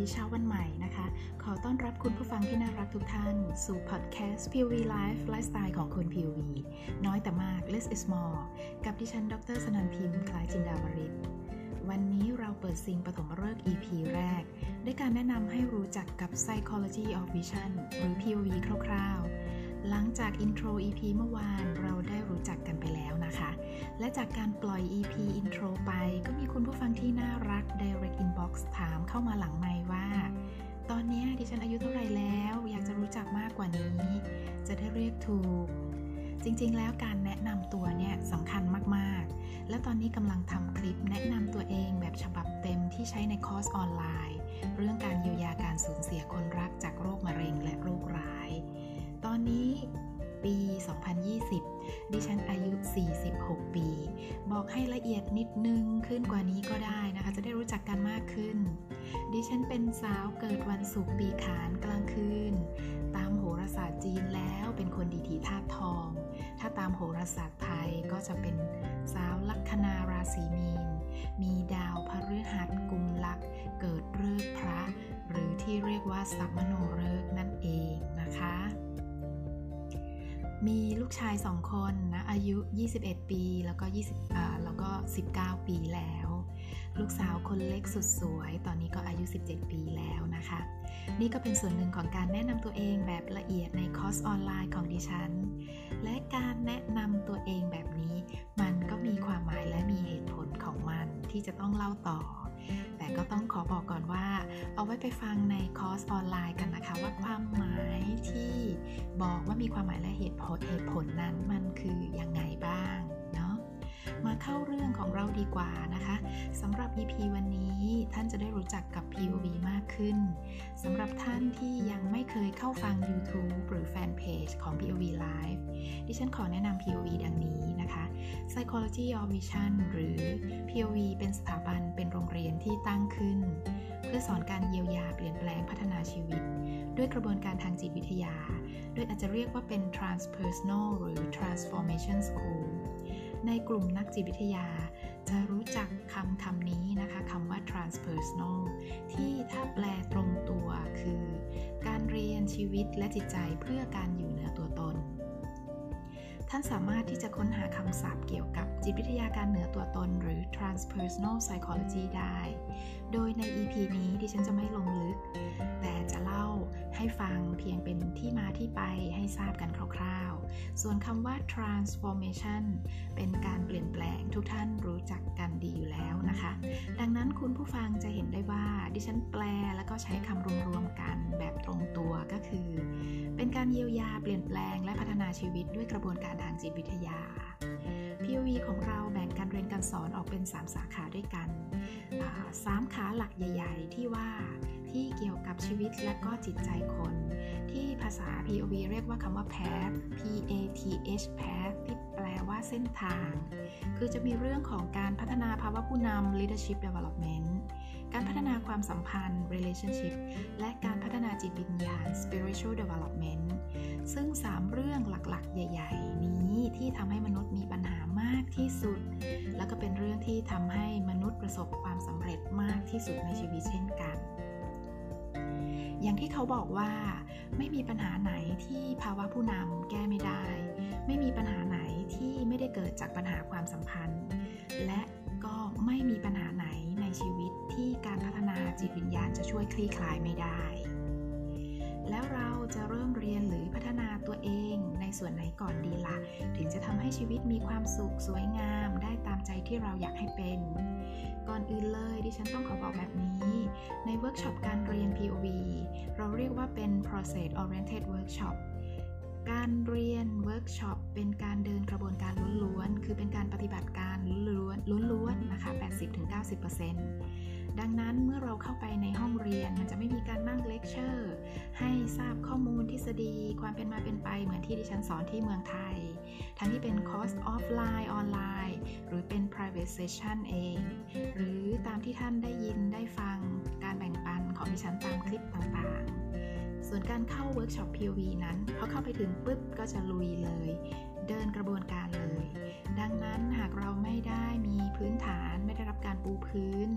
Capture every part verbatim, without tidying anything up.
เช้าวันใหม่นะคะขอต้อนรับคุณผู้ฟังที่น่ารักทุกท่านสู่พอดแคสต์ พี โอ วี Life ไลฟ์สไตล์ของคน พี โอ วี น้อยแต่มาก less is more กับดิฉันดร.สนันท์พิมพ์คล้ายจินดาวริศวันนี้เราเปิดซิงปฐมฤกษ์ อี พี แรกด้วยการแนะนำให้รู้จักกับ Psychology of Vision หรือ พี โอ วี คร่าวๆหลังจากอินโทร อี พี เมื่อวานเราได้รู้จักกันไปแล้วนะคะและจากการปล่อย อี พี อินโทรไปก็มีคุณผู้ฟังที่น่ารัก Direct Inbox ถามเข้ามาหลังไมค์ว่าตอนนี้ดิฉันอายุเท่าไหร่แล้วอยากจะรู้จักมากกว่านี้จะได้เรียกถูกจริงๆแล้วการแนะนำตัวเนี่ยสำคัญมากๆและตอนนี้กำลังทำคลิปแนะนำตัวเองแบบฉบับเต็มที่ใช้ในคอร์สออนไลน์เรื่องการเยียวยาการสูญเสียคนรักจากโรคมะเร็งและโรคร้ายตอนนี้ปีสองพันยี่สิบดิฉันอายุสี่สิบหกปีบอกให้ละเอียดนิดนึงขึ้นกว่านี้ก็ได้นะคะจะได้รู้จักกันมากขึ้นดิฉันเป็นสาวเกิดวันศุกร์ปีขานกลางคืนตามโหราศาสตร์จีนแล้วเป็นคนดีถีธาตุทองถ้าตามโหราศาสตร์ไทยก็จะเป็นสาวลัคนาราศีมีนมีดาวพฤหัสกุมลักเกิดฤกษ์พระหรือที่เรียกว่าสัมมโนฤกษ์นั่นเองนะคะมีลูกชายสองคนนะอายุยี่สิบเอ็ดปีแล้วก็20อ่าแล้วก็สิบเก้าปีแล้วลูกสาวคนเล็กสุดสวยตอนนี้ก็อายุสิบเจ็ดปีแล้วนะคะนี่ก็เป็นส่วนหนึ่งของการแนะนำตัวเองแบบละเอียดในคอร์สออนไลน์ของดิฉันและการแนะนำตัวเองแบบนี้มันก็มีความหมายและมีเหตุผลของมันที่จะต้องเล่าต่อแต่ก็ต้องขอบอกก่อนว่าเอาไว้ไปฟังในคอร์สออนไลน์กันนะคะว่าความหมายที่บอกว่ามีความหมายและเหตุผลเหตุผลนั้นมันคือยังไงบ้างเนาะมาเข้าเรื่องของเราดีกว่านะคะสำหรับ อี พี วันนี้ท่านจะได้รู้จักกับ พี โอ วี มากขึ้นสำหรับท่านที่ยังไม่เคยเข้าฟัง YouTube หรือแฟนเพจของ พี โอ วี Live ดิฉันขอแนะนำ พี โอ วี ดังนี้นะคะ Psychology of Vision หรือ พี โอ วี เป็นสถาบันเป็นโรงเรียนที่ตั้งขึ้นเพื่อสอนการเยียวยาเปลี่ยนแปลงพัฒนาชีวิตด้วยกระบวนการทางจิตวิทยาโดยอาจจะเรียกว่าเป็น transpersonal หรือ transformation school ในกลุ่มนักจิตวิทยาจะรู้จักคำคำนี้นะคะคำว่า transpersonal ที่ถ้าแปลตรงตัวคือการเรียนชีวิตและจิตใจเพื่อการอยู่เหนือตัวตนท่านสามารถที่จะค้นหาคำศัพท์เกี่ยวกับจิตวิทยาการเหนือตัวตนหรือ transpersonal psychology ได้โดยใน อี พี นี้ดิฉันจะไม่ลงลึกแต่จะเล่าให้ฟังเพียงเป็นที่มาที่ไปให้ทราบกันคร่าวๆส่วนคำว่า transformation เป็นการเปลี่ยนแปลงทุกท่านรู้จักกันดีอยู่แล้วนะคะดังนั้นคุณผู้ฟังจะเห็นได้ว่าดิฉันแปลแล้วก็ใช้คำรวมๆกันแบบตรงตัวก็คือเป็นการเยียวยาเปลี่ยนแปลงและพัฒนาชีวิตด้วยกระบวนการทางจิตวิทยา พี โอ วี ของเราแบ่งการเรียนการสอนออกเป็นสามสาขาด้วยกันสามขาหลักใหญ่ๆที่ว่าที่เกี่ยวกับชีวิตและก็จิตใจคนที่ภาษา พี โอ วี เรียกว่าคำว่า path P A T H path ที่แปลว่าเส้นทางคือจะมีเรื่องของการพัฒนาภาวะผู้นำ leadership development การพัฒนาความสัมพันธ์ relationship และการพัฒนาจิตวิญญาณ spiritual development ซึ่งสามเรื่องหลักๆใหญ่ๆนี้ที่ทำให้มนุษย์มีปัญหามากที่สุดแล้วก็เป็นเรื่องที่ทำให้มนุษย์ประสบความสำเร็จมากที่สุดในชีวิตเช่นกันอย่างที่เขาบอกว่าไม่มีปัญหาไหนที่ภาวะผู้นำแก้ไม่ได้ไม่มีปัญหาไหนที่ไม่ได้เกิดจากปัญหาความสัมพันธ์และก็ไม่มีปัญหาไหนในชีวิตที่การพัฒนาจิตวิญญาณจะช่วยคลี่คลายไม่ได้แล้วเราจะเริ่มเรียนหรือพัฒนาตัวเองในส่วนไหนก่อนดีล่ะถึงจะทำให้ชีวิตมีความสุขสวยงามได้ตามใจที่เราอยากให้เป็นก่อนอื่นเลยดิฉันต้องขอบอกแบบนี้ในเวิร์กช็อปการเรียน พี โอ วี เราเรียกว่าเป็น process oriented workshop การเรียนเวิร์กช็อปเป็นการเดินกระบวนการล้วนๆคือเป็นการปฏิบัติการล้วนๆล้วนๆนะคะ แปดสิบถึงเก้าสิบเปอร์เซ็นต์ ดังนั้นเมื่อเราเข้าไปในห้องเรียนมันจะไม่มีการนั่งเลคเชอร์ให้ทราบข้อมูลทฤษฎีความเป็นมาเป็นไปเหมือนที่ดิฉันสอนที่เมืองไทยทั้งที่เป็นคอร์สออฟไลน์ออนไลน์หรือเป็น private session เองหรือตามที่ท่านได้ยินได้ฟังการแบ่งปันของดิฉันตามคลิปต่างๆส่วนการเข้าเวิร์กช็อป พี โอ วี นั้นพอเข้าไปถึงปุ๊บก็จะลุยเลยเดินกระบวนการเลยดังนั้นหากเราไม่ได้มีพื้นฐานไม่ได้รับการปูพื้น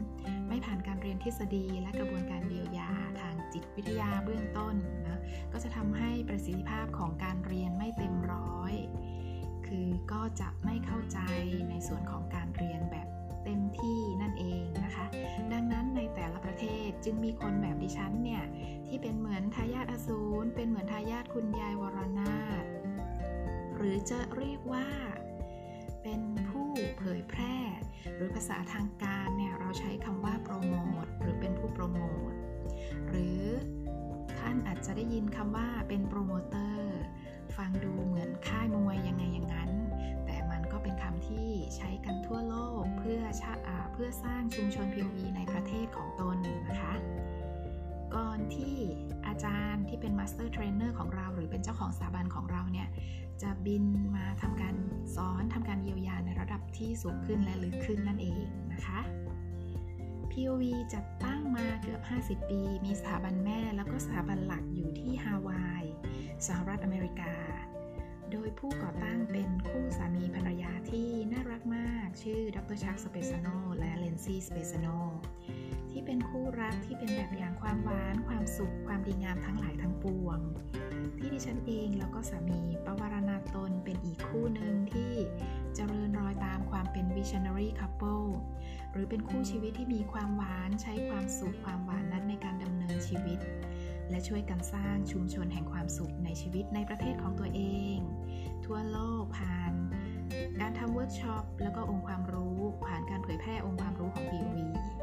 ไม่ผ่านการเรียนทฤษฎีและกระบวนการเยียวยาทางจิตวิทยาเบื้องต้นนะก็จะทำให้ประสิทธิภาพของการเรียนไม่เต็มร้อยคือก็จะไม่เข้าใจในส่วนของการเรียนแบบเต็มที่นั่นเองนะคะดังนั้นในแต่ละประเทศจึงมีคนแบบดิฉันเนี่ยที่เป็นเหมือนทายาทอสูรเป็นเหมือนทายาทคุณยายวรนาถหรือจะเรียกว่าเป็นผู้เผยแพร่หรือภาษาทางการเนี่ยเราใช้คำว่าโปรโมทหรือเป็นผู้โปรโมทหรือท่านอาจจะได้ยินคำว่าเป็นโปรโมเตอร์ฟังดูเหมือนค่ายมวยยังไงอย่างนั้นแต่มันก็เป็นคำที่ใช้กันทั่วโลกเพื่อเพื่อสร้างชุมชน พี โอ วี ในประเทศของตนนะคะก่อนที่อาจารย์ที่เป็นมาสเตอร์เทรนเนอร์ของเราหรือเป็นเจ้าของสถาบันของเราเนี่ยจะบินมาทำการสอนทำการเยียวยาในระดับที่สูงขึ้นและลึกขึ้นนั่นเองนะคะ พี โอ วี จัดตั้งมาเกือบห้าสิบปีมีสถาบันแม่แล้วก็สถาบันหลักอยู่ที่ฮาวายสหรัฐอเมริกาโดยผู้ก่อตั้งเป็นคู่สามีภรรยาที่น่ารักมากชื่อดรชักสเปซาโนและเลนซี่สเปซาโนที่เป็นคู่รักที่เป็นแบบอย่างความหวานความสุขความดีงามทั้งหลายทั้งปวงที่ดิฉันเองแล้วก็สามีปวารณาตนเป็นอีกคู่หนึ่งที่เจริญรอยตามความเป็น visionary couple หรือเป็นคู่ชีวิตที่มีความหวานใช้ความสุขความหวานนั้นในการดำเนินชีวิตและช่วยกันสร้างชุมชนแห่งความสุขในชีวิตในประเทศของตัวเองทั่วโลกผ่านการทำเวิร์กช็อปแล้วก็องค์ความรู้ผ่านการเผยแพร่องค์ความรู้ของ พี โอ วี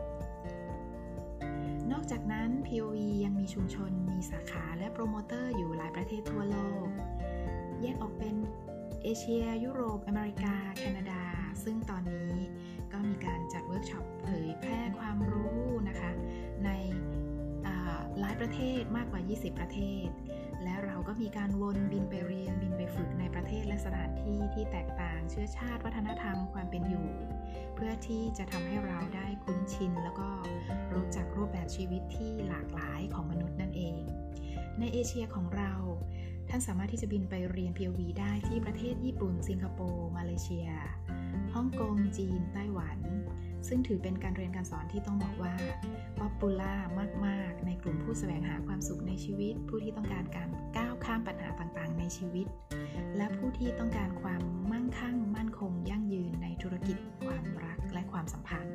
นอกจากนั้น พี โอ วี ยังมีชุมชนมีสาขาและโปรโมเตอร์อยู่หลายประเทศทั่วโลกแยกออกเป็นเอเชียยุโรปอเมริกาแคนาดาซึ่งตอนนี้ก็มีการจัดเวิร์กช็อปเผยแพร่ความรู้นะคะในหลายประเทศมากกว่ายี่สิบประเทศและเราก็มีการวนบินไปเรียนบินไปฝึกในประเทศและสถานที่ที่แตกต่างเชื้อชาติวัฒนธรรมความเป็นอยู่เพื่อที่จะทำให้เราได้คุ้นชินแล้วก็รู้จักรูปแบบชีวิตที่หลากหลายของมนุษย์นั่นเองในเอเชียของเราท่านสามารถที่จะบินไปเรียน พี โอ วี ได้ที่ประเทศญี่ปุ่นสิงคโปร์มาเลเซียฮ่องกงจีนไต้หวันซึ่งถือเป็นการเรียนการสอนที่ต้องบอกว่าป๊อปปูล่ามากๆในกลุ่มผู้แสวงหาความสุขในชีวิตผู้ที่ต้องการการก้าวข้ามปัญหาต่างๆในชีวิตและผู้ที่ต้องการความมั่งคั่งมั่นคงยั่งยืนในธุรกิจความรักและความสัมพันธ์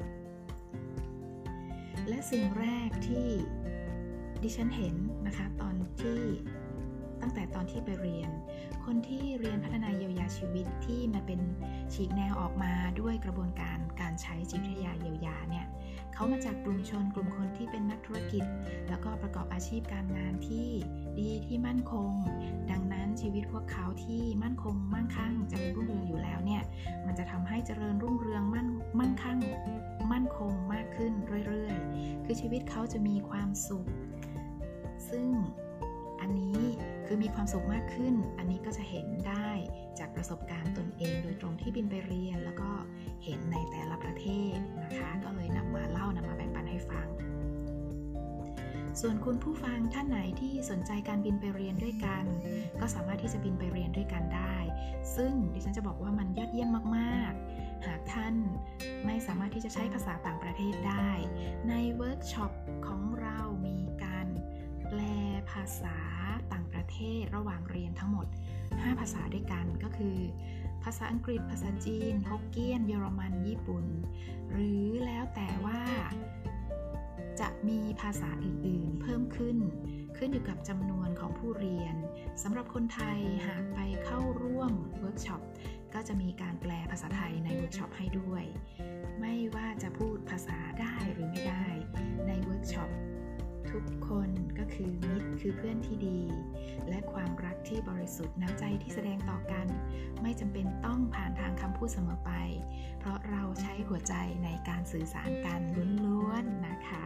และสิ่งแรกที่ดิฉันเห็นนะคะตอนที่ตั้งแต่ตอนที่ไปเรียนคนที่เรียนพัฒนาเยียวยาชีวิตที่มาเป็นฉีกแนวออกมาด้วยกระบวนการการใช้จิตวิทยาเยียวยาเนี่ยเขามาจากกลุ่มชนกลุ่มคนที่เป็นนักธุรกิจแล้วก็ประกอบอาชีพการงานที่ดีที่มั่นคงดังนั้นชีวิตพวกเขาที่มั่นคงมั่งคั่งเจริญรุ่งเรืองอยู่แล้วเนี่ยมันจะทำให้เจริญรุ่งเรืองมั่นมั่งคั่งมั่นคงมากขึ้นเรื่อยๆคือชีวิตเขาจะมีความสุขซึ่งอันนี้คือมีความสุขมากขึ้นอันนี้ก็จะเห็นได้จากประสบการณ์ตนเองโดยตรงที่บินไปเรียนแล้วก็เห็นในแต่ละประเทศนะคะก็เลยนำมาเล่านำมาแบ่งปันให้ฟังส่วนคุณผู้ฟังท่านไหนที่สนใจการบินไปเรียนด้วยกันก็สามารถที่จะบินไปเรียนด้วยกันได้ซึ่งดิฉันจะบอกว่ามันยอดเยี่ยมมากๆหากท่านไม่สามารถที่จะใช้ภาษาต่างประเทศได้ในเวิร์กช็อปของเรามีการแปลภาษาต่างประเทศระหว่างเรียนทั้งหมดห้าภาษาด้วยกันก็คือภาษาอังกฤษภาษาจีนฮกเกี้ยนเยอรมันญี่ปุ่นหรือแล้วแต่ว่าจะมีภาษาอื่นๆเพิ่มขึ้นขึ้นอยู่กับจำนวนของผู้เรียนสำหรับคนไทยหากไปเข้าร่วมเวิร์กช็อปก็จะมีการแปลภาษาไทยในเวิร์กช็อปให้ด้วยไม่ว่าจะพูดภาษาได้หรือไม่ได้ในเวิร์กช็อปทุกคนก็คือมิตรคือเพื่อนที่ดีและความรักที่บริสุทธิ์น้ำใจที่แสดงต่อกันไม่จำเป็นต้องผ่านทางคำพูดเสมอไปเพราะเราใช้หัวใจในการสื่อสารกันล้วนๆนะคะ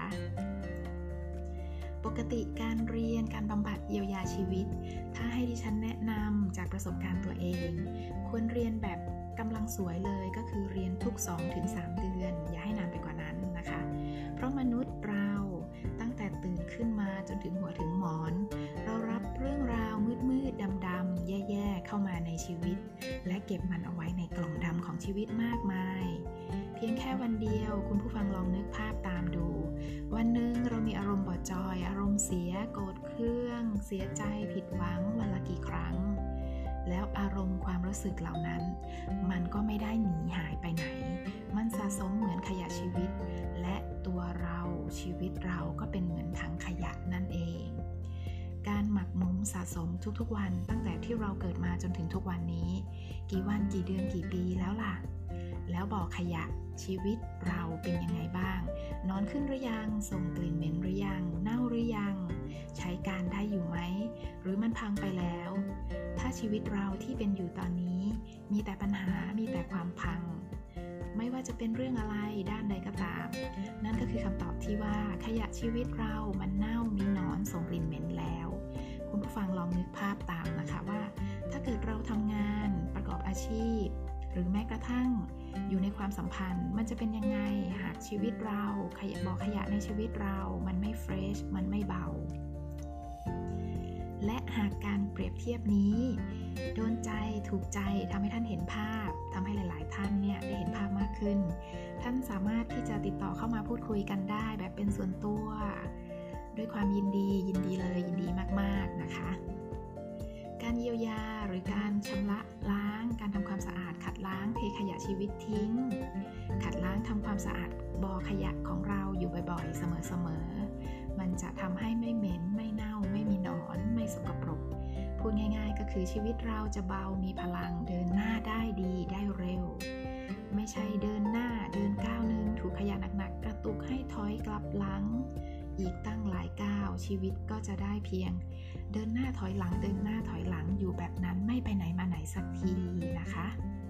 ปกติการเรียนการบำบัดเยียวยาชีวิตถ้าให้ดิฉันแนะนำจากประสบการณ์ตัวเองควรเรียนแบบกำลังสวยเลยก็คือเรียนทุก สองถึงสาม เดือนอย่าให้นานไปกว่านั้นนะคะเพราะมนุษย์เราตั้งแต่ตื่นขึ้นมาจนถึงหัวถึงหมอนเรารับเรื่องราวมืดๆดำๆแย่ๆเข้ามาในชีวิตและเก็บมันเอาไว้ในกล่องดำของชีวิตมากมายเพียงแค่วันเเดียวคุณผู้ฟังลองนึกภาพตามดูวันหนึ่งเรามีอารมณ์บอดจอยอารมณ์เสียโกรธเคืองเสียใจผิดหวังวันละกี่ครั้งแล้วอารมณ์ความรู้สึกเหล่านั้นมันก็ไม่ได้หนีหายไปไหนมันสะสมเหมือนขยะชีวิตและตัวเราชีวิตเราก็เป็นเหมือนถังขยะนั่นเองการหมักหมมสะสมทุกๆวันตั้งแต่ที่เราเกิดมาจนถึงทุกวันนี้กี่วันกี่เดือนกี่ปีแล้วล่ะแล้วบ่อขยะชีวิตเราเป็นยังไงบ้างนอนขึ้นหรือยังส่งกลิ่นเหม็นหรือยังเน่าหรือยังใช้การได้อยู่ไหมหรือมันพังไปแล้วถ้าชีวิตเราที่เป็นอยู่ตอนนี้มีแต่ปัญหามีแต่ความพังไม่ว่าจะเป็นเรื่องอะไรด้านใดก็ตามนั่นก็คือคำตอบที่ว่าขยะชีวิตเรามันเน่ามีหนอนส่งกลิ่นเหม็นแล้วคุณผู้ฟังลองนึกภาพตามนะคะว่าถ้าเกิดเราทำงานประกอบอาชีพหรือแม้กระทั่งอยู่ในความสัมพันธ์มันจะเป็นยังไงหากชีวิตเราขยะบ่อขยะในชีวิตเรามันไม่เฟรชมันไม่เบาและหากการเปรียบเทียบนี้โดนใจถูกใจทำให้ท่านเห็นภาพทำให้หลายๆท่านเนี่ยได้เห็นภาพมากขึ้นท่านสามารถที่จะติดต่อเข้ามาพูดคุยกันได้แบบเป็นส่วนตัวด้วยความยินดียินดีเลยยินดีมากๆนะคะการเยียวยาหรือการชำระล้างการทำความสะอาดขัดล้างเทขยะชีวิตทิ้งขัดล้างทำความสะอาดบ่อขยะของเราอยู่บ่อยๆเสมอๆมันจะทำให้ไม่เหม็นไม่เน่าไม่มีหนอนไม่สกปรกพูดง่ายๆก็คือชีวิตเราจะเบามีพลังเดินหน้าได้ดีได้เร็วไม่ใช่เดินหน้าเดินก้าวนึงถูกขยะหนักๆกระตุกให้ถอยกลับหลังอีกตั้งหลายก้าวชีวิตก็จะได้เพียงเดินหน้าถอยหลังเดินหน้าถอยหลังอยู่แบบนั้นไม่ไปไหนมาไหนสักทีนะคะ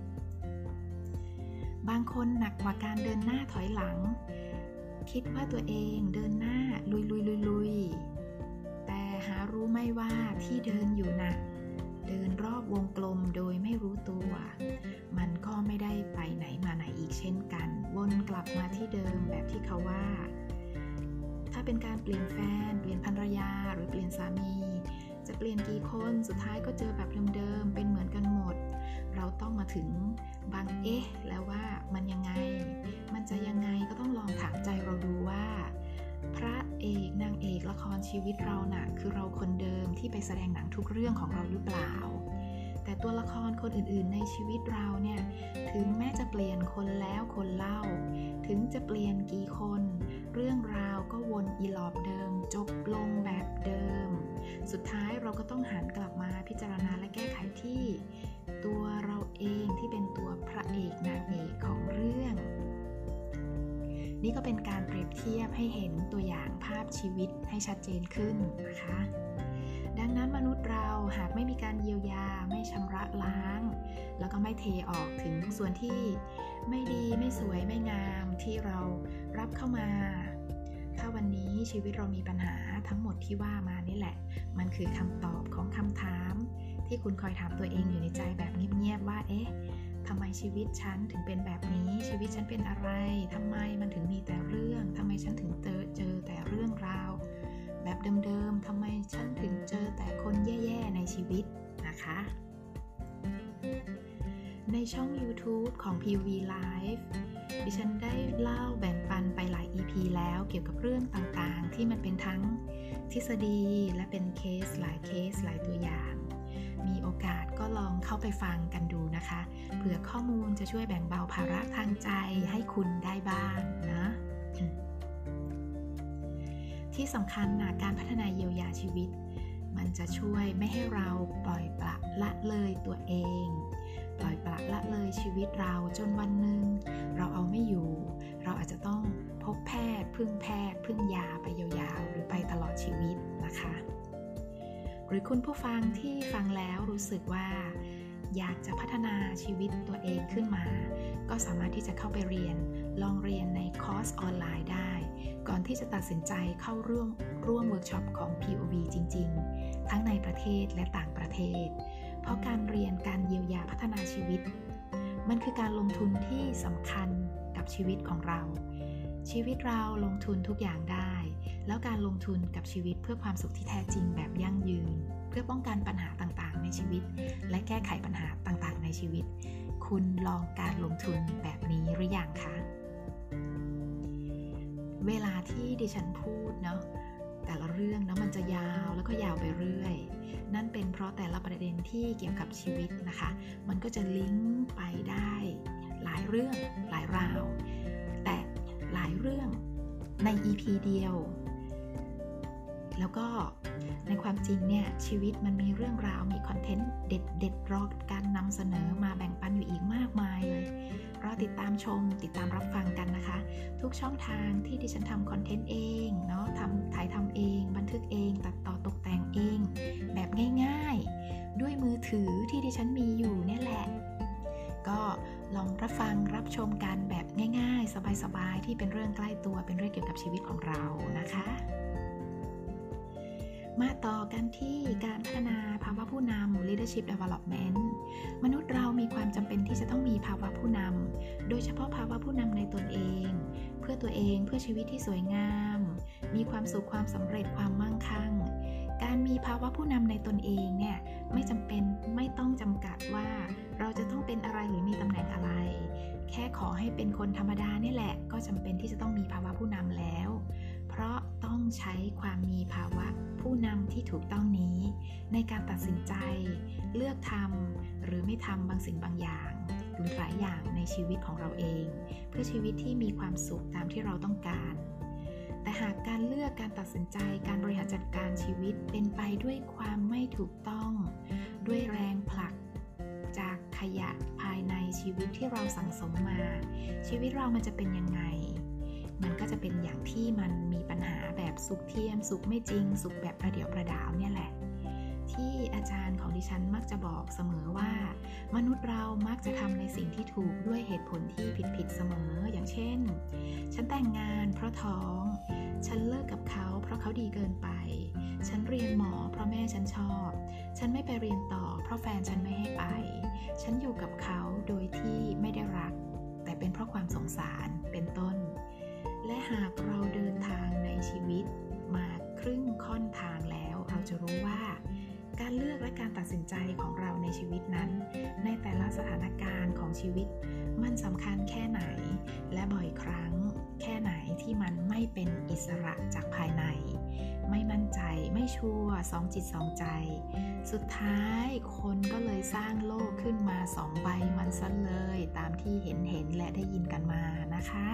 บางคนหนักกว่าการเดินหน้าถอยหลังคิดว่าตัวเองเดินหน้าลุยลุยลุยลุยแต่หารู้ไม่ว่าที่เดินอยู่นะเดินรอบวงกลมโดยไม่รู้ตัวมันก็ไม่ได้ไปไหนมาไหนอีกเช่นกันวนกลับมาที่เดิมแบบที่เขาว่าถ้าเป็นการเปลี่ยนแฟนเปลี่ยนภรรยาหรือเปลี่ยนสามีจะเปลี่ยนกี่คนสุดท้ายก็เจอแบบเดิมๆเป็นเหมือนกันหมดเราต้องมาถึงบางเอ๊ะแล้วว่ามันยังไงมันจะยังไงก็ต้องลองถามใจเราดูว่าพระเอกนางเอกละครชีวิตเราน่ะคือเราคนเดิมที่ไปแสดงหนังทุกเรื่องของเราหรือเปล่าแต่ตัวละครคนอื่นๆในชีวิตเราเนี่ยถึงแม้จะเปลี่ยนคนแล้วคนเล่าถึงจะเปลี่ยนกี่คนเรื่องราวก็วนอีหลอบเดิมจบลงแบบเดิมสุดท้ายเราก็ต้องหันกลับมาพิจารณาและแก้ไขที่ตัวเราเองที่เป็นตัวพระเอกนางเอกของเรื่องนี่ก็เป็นการเปรียบเทียบให้เห็นตัวอย่างภาพชีวิตให้ชัดเจนขึ้นนะคะดังนั้นมนุษย์เราหากไม่มีการเยียวยาไม่ชำระล้างแล้วก็ไม่เทออกถึงส่วนที่ไม่ดีไม่สวยไม่งามที่เรารับเข้ามาถ้าวันนี้ชีวิตเรามีปัญหาทั้งหมดที่ว่ามานี่แหละมันคือคำตอบของคำถามที่คุณคอยถามตัวเองอยู่ในใจแบบเงียบๆว่าเอ๊ะทำไมชีวิตฉันถึงเป็นแบบนี้ชีวิตฉันเป็นอะไรทำไมมันถึงมีแต่เรื่องทำไมฉันถึงเจอเจอแต่เรื่องราวแบบเดิมๆทำไมฉันถึงเจอแต่คนแย่ๆในชีวิตนะคะในช่อง YouTube ของ พี โอ วี Live ดิฉันได้เล่าแบ่งปันไปหลาย อี พี แล้วเกี่ยวกับเรื่องต่างๆที่มันเป็นทั้งทฤษฎีและเป็นเคสหลายเคสหลายตัวอย่างมีโอกาสก็ลองเข้าไปฟังกันดูนะคะเผื่อข้อมูลจะช่วยแบ่งเบาภาระทางใจให้คุณได้บ้างนะที่สำคัญนะการพัฒนาเยียวยาชีวิตมันจะช่วยไม่ให้เราปล่อยปละละเลยตัวเองปล่อยปละละเลยชีวิตเราจนวันหนึ่งเราเอาไม่อยู่เราอาจจะต้องพบแพทย์พึ่งแพทย์พึ่งยาไปยาวๆหรือไปตลอดชีวิตนะคะหรือคุณผู้ฟังที่ฟังแล้วรู้สึกว่าอยากจะพัฒนาชีวิตตัวเองขึ้นมาก็สามารถที่จะเข้าไปเรียนลองเรียนในคอร์สออนไลน์ได้ก่อนที่จะตัดสินใจเข้าร่วมร่วมเวิร์กช็อปของ พี โอ วี จริงๆทั้งในประเทศและต่างประเทศเพราะการเรียนการเยียวยาพัฒนาชีวิตมันคือการลงทุนที่สำคัญกับชีวิตของเราชีวิตเราลงทุนทุกอย่างได้แล้วการลงทุนกับชีวิตเพื่อความสุขที่แท้จริงแบบยั่งยืนเพื่อป้องกันปัญหาต่างๆในชีวิตและแก้ไขปัญหาต่างๆในชีวิตคุณลองการลงทุนแบบนี้หรือยังคะเวลาที่ดิฉันพูดเนาะแต่ละเรื่องนะมันจะยาวแล้วก็ยาวไปเรื่อยนั่นเป็นเพราะแต่ละประเด็นที่เกี่ยวกับชีวิตนะคะมันก็จะลิงก์ไปได้หลายเรื่องหลายราวแต่หลายเรื่องใน อี พี เดียวแล้วก็ในความจริงเนี่ยชีวิตมันมีเรื่องราวมีคอนเทนต์เด็ดเด็ดรอการนำเสนอมาแบ่งปันอยู่อีกมากมายเลยรอติดตามชมติดตามรับฟังกันนะคะทุกช่องทางที่ดิฉันทำคอนเทนต์เองเนาะทำถ่ายทำเองบันทึกเองตัดต่อตกแต่งเองแบบง่ายๆด้วยมือถือที่ดิฉันมีอยู่เนี่ยแหละก็ลองรับฟังรับชมกันแบบง่ายๆสบายๆที่เป็นเรื่องใกล้ตัวเป็นเรื่องเกี่ยวกับชีวิตของเรานะคะมาต่อกันที่การพัฒนาภาวะผู้นำ leadership development มนุษย์เรามีความจำเป็นที่จะต้องมีภาวะผู้นำโดยเฉพาะภาวะผู้นำในตนเองเพื่อตัวเองเพื่อชีวิตที่สวยงามมีความสุขความสำเร็จความมั่งคั่งการมีภาวะผู้นำในตนเองเนี่ยไม่จำเป็นไม่ต้องจำกัดว่าเราจะต้องเป็นอะไรหรือมีตำแหน่งอะไรแค่ขอให้เป็นคนธรรมดานี่แหละก็จำเป็นที่จะต้องมีภาวะผู้นำแล้วเพราะต้องใช้ความมีภาวะผู้นำที่ถูกต้องนี้ในการตัดสินใจเลือกทำหรือไม่ทำบางสิ่งบางอย่างหรือหลายอย่างในชีวิตของเราเองเพื่อชีวิตที่มีความสุขตามที่เราต้องการแต่หากการเลือกการตัดสินใจการบริหารจัดการชีวิตเป็นไปด้วยความไม่ถูกต้องด้วยแรงผลักจากขยะภายในชีวิตที่เราสั่งสมมาชีวิตเรามันจะเป็นยังไงมันก็จะเป็นอย่างที่มันมีปัญหาแบบสุขเทียมสุขไม่จริงสุขแบบประเดี๋ยวประดาวเนี่ยแหละที่อาจารย์ของดิฉันมักจะบอกเสมอว่ามนุษย์เรามักจะทำในสิ่งที่ถูกด้วยเหตุผลที่ผิดๆเสมออย่างเช่นฉันแต่งงานเพราะท้องฉันเลิกกับเขาเพราะเขาดีเกินไปฉันเรียนหมอเพราะแม่ฉันชอบฉันไม่ไปเรียนต่อเพราะแฟนฉันไม่ให้ไปฉันอยู่กับเขาโดยที่ไม่ได้รักแต่เป็นเพราะความสงสารเป็นต้นและหากเราเดินทางในชีวิตมาครึ่งค่อนทางแล้วเราจะรู้ว่าการเลือกและการตัดสินใจของเราในชีวิตนั้นในแต่ละสถานการณ์ของชีวิตมันสำคัญแค่ไหนและบ่อยครั้งแค่ไหนที่มันไม่เป็นอิสระจากภายในไม่มั่นใจไม่ชัวร์สองจิตสองใจสุดท้ายคนก็เลยสร้างโลกขึ้นมาสองใบมันซะเลยตามที่เห็นเห็นและได้ยินกันมานะคะ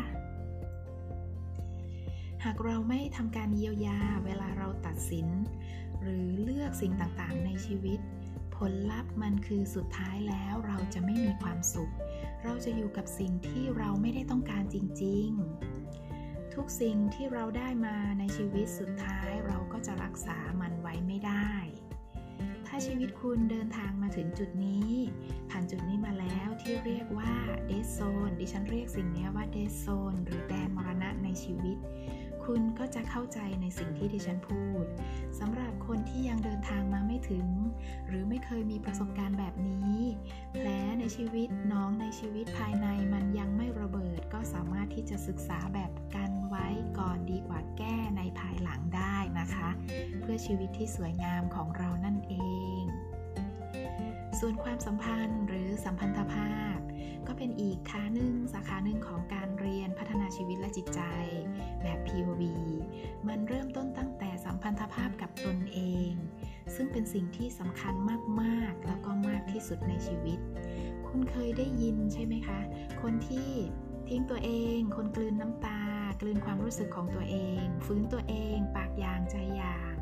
หากเราไม่ทำการเยียวยาเวลาเราตัดสินหรือเลือกสิ่งต่างๆในชีวิตผลลัพธ์มันคือสุดท้ายแล้วเราจะไม่มีความสุขเราจะอยู่กับสิ่งที่เราไม่ได้ต้องการจริงๆทุกสิ่งที่เราได้มาในชีวิตสุดท้ายเราก็จะรักษามันไว้ไม่ได้ถ้าชีวิตคุณเดินทางมาถึงจุดนี้ผ่านจุดนี้มาแล้วที่เรียกว่าเดดโซนดิฉันเรียกสิ่งนี้ว่าเดดโซนหรือแดนมรณะในชีวิตคุณก็จะเข้าใจในสิ่งที่ดิฉันพูดสำหรับคนที่ยังเดินทางมาไม่ถึงหรือไม่เคยมีประสบการณ์แบบนี้แผลในชีวิตน้องในชีวิตภายในมันยังไม่ระเบิดก็สามารถที่จะศึกษาแบบกันไว้ก่อนดีกว่าแก้ในภายหลังได้นะคะเพื่อชีวิตที่สวยงามของเรานั่นเองส่วนความสัมพันธ์หรือสัมพันธภาพก็เป็นอีกขาหนึ่งสาขาหนึ่งของการเรียนพัฒนาชีวิตและจิตใจแบบ พี โอ วี มันเริ่มต้นตั้งแต่สัมพันธภาพกับตนเองซึ่งเป็นสิ่งที่สำคัญมากๆแล้วก็มากที่สุดในชีวิตคุณเคยได้ยินใช่ไหมคะคนที่ทิ้งตัวเองคนกลืนน้ำตากลืนความรู้สึกของตัวเองฝืนตัวเองปากยางใจยาง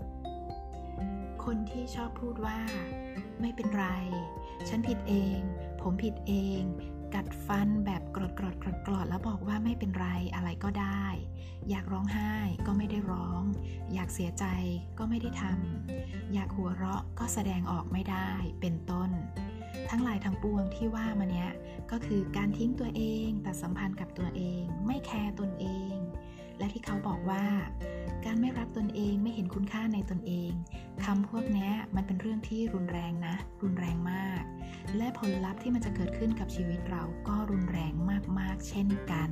คนที่ชอบพูดว่าไม่เป็นไรฉันผิดเองผมผิดเองกัดฟันแบบกรดกรดกรดกรดแล้วบอกว่าไม่เป็นไรอะไรก็ได้อยากร้องไห้ก็ไม่ได้ร้องอยากเสียใจก็ไม่ได้ทำอยากหัวเราะก็แสดงออกไม่ได้เป็นต้นทั้งหลายทั้งปวงที่ว่ามาเนี้ยก็คือการทิ้งตัวเองตัดสัมพันธ์กับตัวเองไม่แคร์ตนเองและที่เขาบอกว่าการไม่รักตนเองไม่เห็นคุณค่าในตนเองคำพวกนี้มันเป็นเรื่องที่รุนแรงนะรุนแรงมากและผลลัพธ์ที่มันจะเกิดขึ้นกับชีวิตเราก็รุนแรงมากๆเช่นกัน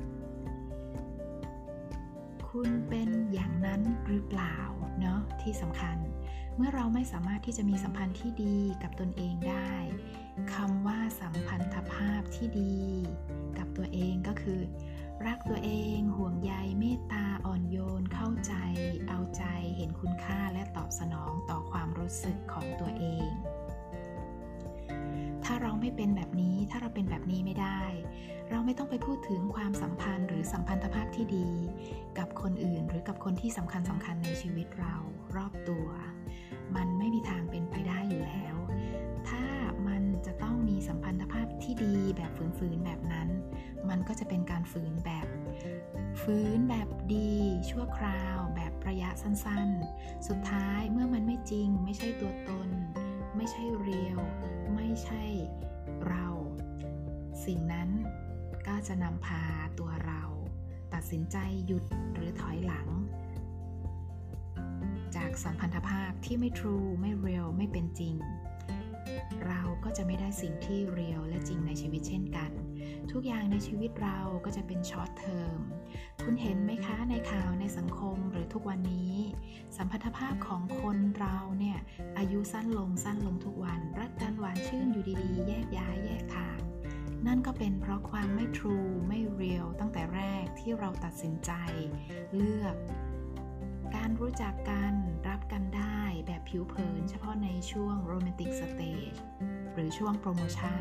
คุณเป็นอย่างนั้นหรือเปล่าเนาะที่สำคัญเมื่อเราไม่สามารถที่จะมีสัมพันธ์ที่ดีกับตนเองได้คำว่าสัมพันธภาพที่ดีกับตัวเองก็คือรักตัวเองห่วงใยเมไม่เป็นแบบนี้ถ้าเราเป็นแบบนี้ไม่ได้เราไม่ต้องไปพูดถึงความสัมพันธ์หรือสัมพันธภาพที่ดีกับคนอื่นหรือกับคนที่สำคัญสำคัญในชีวิตเรารอบตัวมันไม่มีทางเป็นไปได้อยู่แล้วถ้ามันจะต้องมีสัมพันธภาพที่ดีแบบฝืนๆแบบนั้นมันก็จะเป็นการฝืนแบบฝืนแบบดีชั่วคราวแบบระยะสั้นๆสุดท้ายเมื่อมันไม่จริงไม่ใช่ตัวตนไม่ใช่เรียลไม่ใช่เราสิ่งนั้นก็จะนำพาตัวเราตัดสินใจหยุดหรือถอยหลังจากสัมพันธภาพที่ไม่ true ไม่ real ไม่เป็นจริงเราก็จะไม่ได้สิ่งที่ real และจริงในชีวิตเช่นกันทุกอย่างในชีวิตเราก็จะเป็น short term คุณเห็นไหมคะในข่าวในสังคมหรือทุกวันนี้สัมพันธภาพของคนเราเนี่ยอายุสั้นลงสั้นลงทุกวันรักกันหวานชื่นอยู่ดีๆแยกย้ายแยกทางนั่นก็เป็นเพราะความไม่ true ไม่ real ตั้งแต่แรกที่เราตัดสินใจเลือกการรู้จักกันรับกันได้แบบผิวเผินเฉพาะในช่วงโรแมนติกสเตจหรือช่วงโปรโมชั่น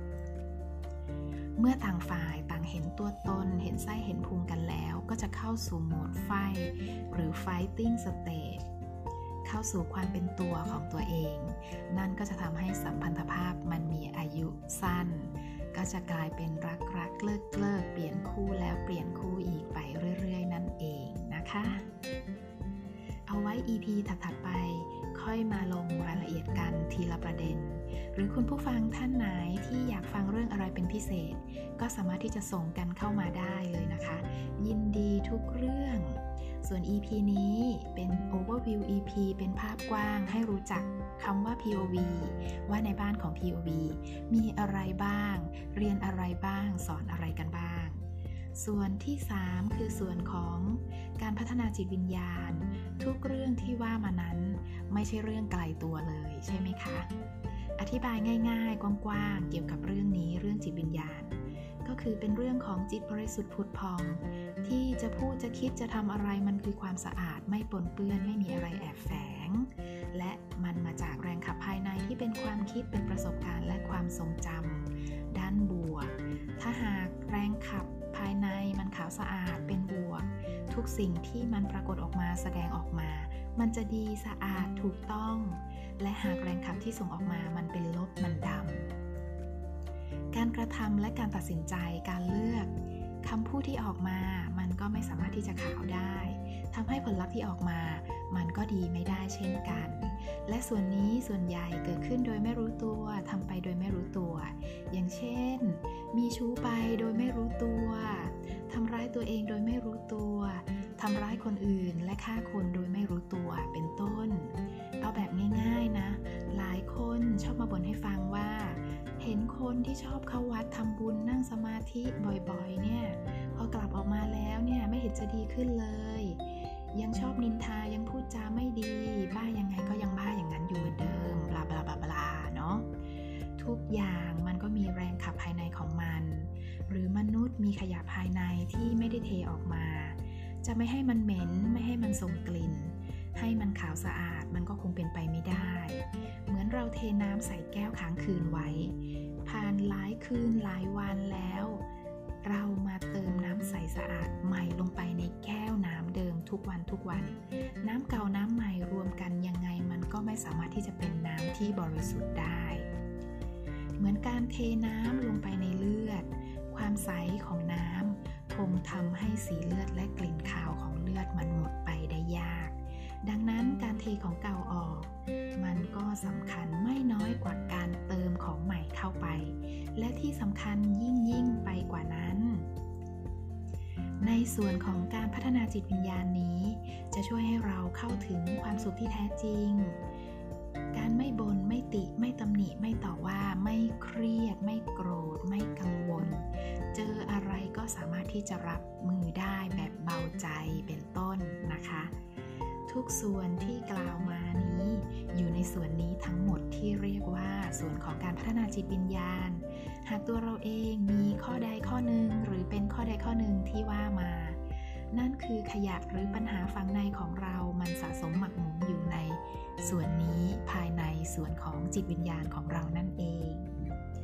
เมื่อต่างฝ่ายต่างเห็นตัวตนเห็นไส้เห็นพุงกันแล้วก็จะเข้าสู่โหมดไฟหรือ fighting stage เข้าสู่ความเป็นตัวของตัวเองนั่นก็จะทำให้สัมพันธภาพมันมีอายุสั้นก็จะกลายเป็นรักรักเลิกเลิกเปลี่ยนคู่แล้วเปลี่ยนคู่อีกไปเรื่อยๆนั่นเองนะคะเอาไว้ อี พี ถัดๆไปค่อยมาลงรายละเอียดกันทีละประเด็นหรือคุณผู้ฟังท่านไหนที่อยากฟังเรื่องอะไรเป็นพิเศษก็สามารถที่จะส่งกันเข้ามาได้เลยนะคะยินดีทุกเรื่องส่วน อี พี นี้เป็น overview อี พี เป็นภาพกว้างให้รู้จักคำว่า พี โอ วี ว่าในบ้านของ พี โอ วี มีอะไรบ้างเรียนอะไรบ้างสอนอะไรกันบ้างส่วนที่สามคือส่วนของการพัฒนาจิตวิญญาณทุกเรื่องที่ว่ามานั้นไม่ใช่เรื่องไกลตัวเลยใช่ไหมคะอธิบายง่ายๆกว้างๆเกี่ยวกับเรื่องนี้เรื่องจิตวิญญาณก็คือเป็นเรื่องของจิตบริสุทธิ์ผุดพองที่จะพูดจะคิดจะทำอะไรมันคือความสะอาดไม่ปนเปื้อนไม่มีอะไรแอบแฝงและมันมาจากแรงขับภายในที่เป็นความคิดเป็นประสบการณ์และความทรงจำด้านบวกถ้าหากแรงขับภายในมันขาวสะอาดเป็นบวกทุกสิ่งที่มันปรากฏออกมาแสดงออกมามันจะดีสะอาดถูกต้องและหากแรงขับที่ส่งออกมามันเป็นลบมันดำการกระทำและการตัดสินใจการเลือกคำพูดที่ออกมามันก็ไม่สามารถที่จะขาวได้ทำให้ผลลัพธ์ที่ออกมามันก็ดีไม่ได้เช่นกันและส่วนนี้ส่วนใหญ่เกิดขึ้นโดยไม่รู้ตัวทำไปโดยไม่รู้ตัวอย่างเช่นมีชู้ไปโดยไม่รู้ตัวทำร้ายตัวเองโดยไม่รู้ตัวทำร้ายคนอื่นและฆ่าคนโดยไม่รู้ตัวเป็นต้นเอาแบบง่ายๆนะหลายคนชอบมาบ่นให้ฟังว่าเห็นคนที่ชอบเข้าวัดทำบุญนั่งสมาธิบ่อยๆเนี่ยพอกลับออกมาแล้วเนี่ยไม่เห็นจะดีขึ้นเลยยังชอบนินทายังพูดจาไม่ดีบ้ายังไงก็ยังบ้าอย่างนั้นอยู่เหมือนเดิมบลาบลาบลาบลาเนาะทุกอย่างมันก็มีแรงขับภายในของมันหรือมนุษย์มีขยะภายในที่ไม่ได้เทออกมาจะไม่ให้มันเหม็นไม่ให้มันส่งกลิ่นให้มันขาวสะอาดมันก็คงเป็นไปไม่ได้เหมือนเราเทน้ำใส่แก้วค้างคืนไว้ผ่านหลายคืนหลายวันแล้วเรามาเติมน้ำใสสะอาดใหม่ลงไปในแก้วน้ำเดิมทุกวันทุกวันน้ำเก่าน้ำใหม่รวมกันยังไงมันก็ไม่สามารถที่จะเป็นน้ำที่บริสุทธิ์ได้เหมือนการเทน้ำลงไปในเลือดความใสของน้ำคงทำให้สีเลือดและกลิ่นคาวของเลือดมันหมดไปได้ยากดังนั้นการเทของเก่าออกมันก็สำคัญไม่น้อยกว่าการเติมของใหม่เข้าไปและที่สำคัญยิ่งยิ่งไปกว่านั้นในส่วนของการพัฒนาจิตวิญญาณนี้จะช่วยให้เราเข้าถึงความสุขที่แท้จริงการไม่บ่นไม่ติไม่ตำหนิไม่ต่อว่าไม่เครียดไม่โกรธไม่กังวลเจออะไรก็สามารถที่จะรับมือได้แบบเบาใจเป็นต้นนะคะทุกส่วนที่กล่าวมานี้อยู่ในส่วนนี้ทั้งหมดที่เรียกว่าส่วนของการพัฒนาจิตวิญญาณหากตัวเราเองมีข้อใดข้อหนึ่งหรือเป็นข้อใดข้อหนึ่งที่ว่ามานั่นคือขยะหรือปัญหาฝังในของเรามันสะสมหมักหมมอยู่ในส่วนนี้ภายในส่วนของจิตวิญญาณของเรานั่นเอง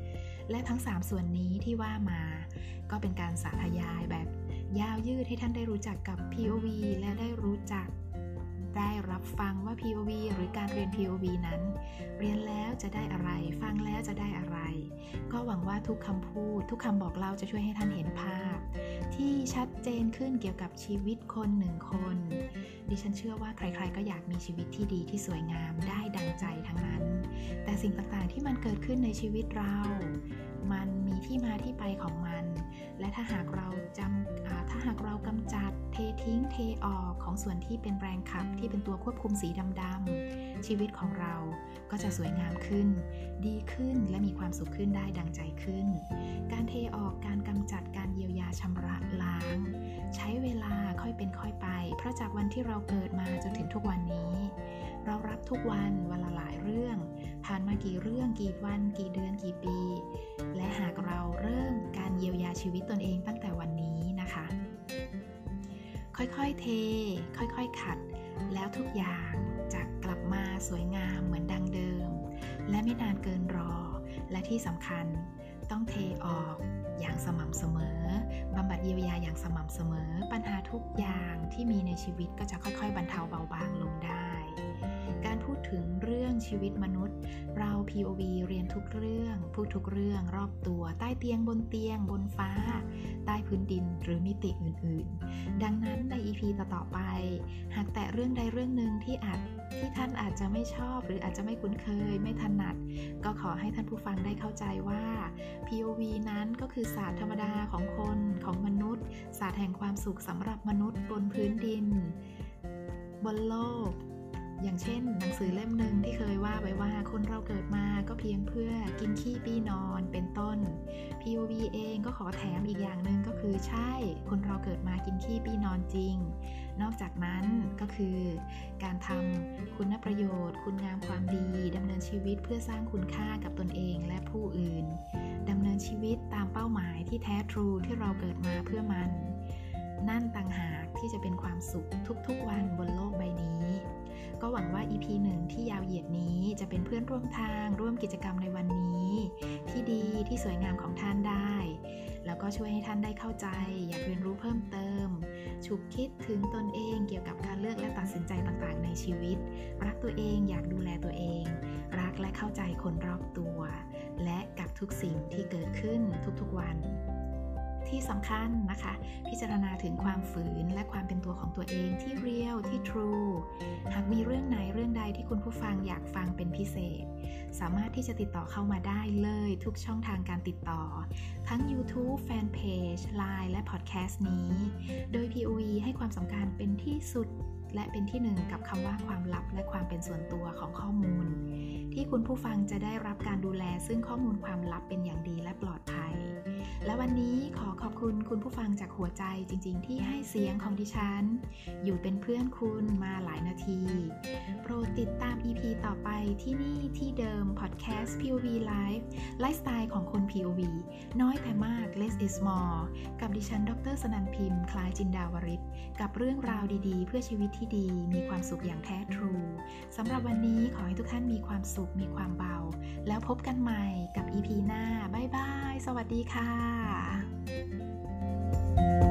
และทั้งสามส่วนนี้ที่ว่ามาก็เป็นการสาธยายแบบยาวยืดให้ท่านได้รู้จักกับ พี โอ วี และได้รู้จักได้รับฟังว่า พี โอ วี หรือการเรียน พี โอ วี นั้นเรียนแล้วจะได้อะไรฟังแล้วจะได้อะไรก็หวังว่าทุกคำพูดทุกคำบอกเล่าจะช่วยให้ท่านเห็นภาพที่ชัดเจนขึ้นเกี่ยวกับชีวิตคนหนึ่งคนดิฉันเชื่อว่าใครๆก็อยากมีชีวิตที่ดีที่สวยงามได้ดังใจทั้งนั้นแต่สิ่งต่างๆที่มันเกิดขึ้นในชีวิตเรามันมีที่มาที่ไปของมันและถ้าหากเราจำถ้าหากเรากำจัดเททิ้งเทออกของส่วนที่เป็นแรงขับที่เป็นตัวควบคุมสีดำๆชีวิตของเราก็จะสวยงามขึ้นดีขึ้นและมีความสุขขึ้นได้ดังใจขึ้นการเทออกการกำจัดการเยียวยาชำระล้างใช้เวลาค่อยเป็นค่อยไปเพราะจากวันที่เราเกิดมาจนถึงทุกวันนี้เรารับทุกวันวันละหลายเรื่องผ่านมากี่เรื่องกี่วันกี่เดือนกี่ปีและหากเราเริ่มการเยียวยาชีวิตตนเองตั้งแต่วันนี้นะคะค่อยๆเทค่อยๆขัดแล้วทุกอย่างจะกลับมาสวยงามเหมือนดังเดิมและไม่นานเกินรอและที่สำคัญต้องเทออกอย่างสม่ำเสมอบำบัดเยียวยาอย่างสม่ำเสมอปัญหาทุกอย่างที่มีในชีวิตก็จะค่อยๆบรรเทาเบาบางลงได้การพูดถึงเรื่องชีวิตมนุษย์เรา พี โอ วี เรียนทุกเรื่องพูดทุกเรื่องรอบตัวใต้เตียงบนเตียงบนฟ้าใต้พื้นดินหรือมิติอื่นๆดังนั้นใน อี พี ต่อๆไปหากแตะเรื่องใดเรื่องหนึ่งที่อาจที่ท่านอาจจะไม่ชอบหรืออาจจะไม่คุ้นเคยไม่ถนัดก็ขอให้ท่านผู้ฟังได้เข้าใจว่า พี โอ วี นั้นก็คือศาสตร์ธรรมดาของคนของมนุษย์ศาสตร์แห่งความสุขสำหรับมนุษย์บนพื้นดินบนโลกอย่างเช่นหนังสือเล่มหนึ่งที่เคยว่าไว้ว่าคนเราเกิดมาก็เพียงเพื่อกินขี้ปี้นอนเป็นต้น พี โอ วี เองก็ขอแถมอีกอย่างหนึ่งก็คือใช่คนเราเกิดมากินขี้ปี้นอนจริงนอกจากนั้นก็คือการทำคุณประโยชน์คุณงามความดีดำเนินชีวิตเพื่อสร้างคุณค่ากับตนเองและผู้อื่นดำเนินชีวิตตามเป้าหมายที่แท้ทรูที่เราเกิดมาเพื่อมันนั่นต่างหากที่จะเป็นความสุขทุกๆวันบนโลกใบนี้ก็หวังว่า อี พี หนึ่งที่ยาวเหยียดนี้จะเป็นเพื่อนร่วมทางร่วมกิจกรรมในวันนี้ที่ดีที่สวยงามของท่านได้แล้วก็ช่วยให้ท่านได้เข้าใจอยากเรียนรู้เพิ่มเติมฉุกคิดถึงตนเองเกี่ยวกับการเลือกและตัดสินใจต่างๆในชีวิตรักตัวเองอยากดูแลตัวเองรักและเข้าใจคนรอบตัวและกับทุกสิ่งที่เกิดขึ้นทุกๆวันที่สำคัญนะคะพิจารณาถึงความฝืนและความเป็นตัวของตัวเองที่เรียลที่ true หากมีเรื่องไหนเรื่องใดที่คุณผู้ฟังอยากฟังเป็นพิเศษสามารถที่จะติดต่อเข้ามาได้เลยทุกช่องทางการติดต่อทั้ง YouTube Fanpage ไลน์ และ Podcast นี้โดย พี โอ วี ให้ความสำคัญเป็นที่สุดและเป็นที่หนึ่งกับคำว่าความลับและความเป็นส่วนตัวของข้อมูลที่คุณผู้ฟังจะได้รับการดูแลซึ่งข้อมูลความลับเป็นอย่างดีและปลอดภัยและวันนี้ขอขอบคุณคุณผู้ฟังจากหัวใจจริงๆที่ให้เสียงของดิฉันอยู่เป็นเพื่อนคุณมาหลายนาทีโปรดติดตาม อี พี ต่อไปที่นี่ที่เดิม Podcast พี โอ วี Live ไลฟ์สไตล์ของคน พี โอ วี น้อยแต่มาก less is more กับดิฉันดร.สนันท์พิมพ์คล้ายจินดาวริศกับเรื่องราวดีๆเพื่อชีวิตที่ดีมีความสุขอย่างแท้ทรูสำหรับวันนี้ขอให้ทุกท่านมีความสุขมีความเบาแล้วพบกันใหม่กับ อี พี หน้าบ๊ายบายสวัสดีค่ะ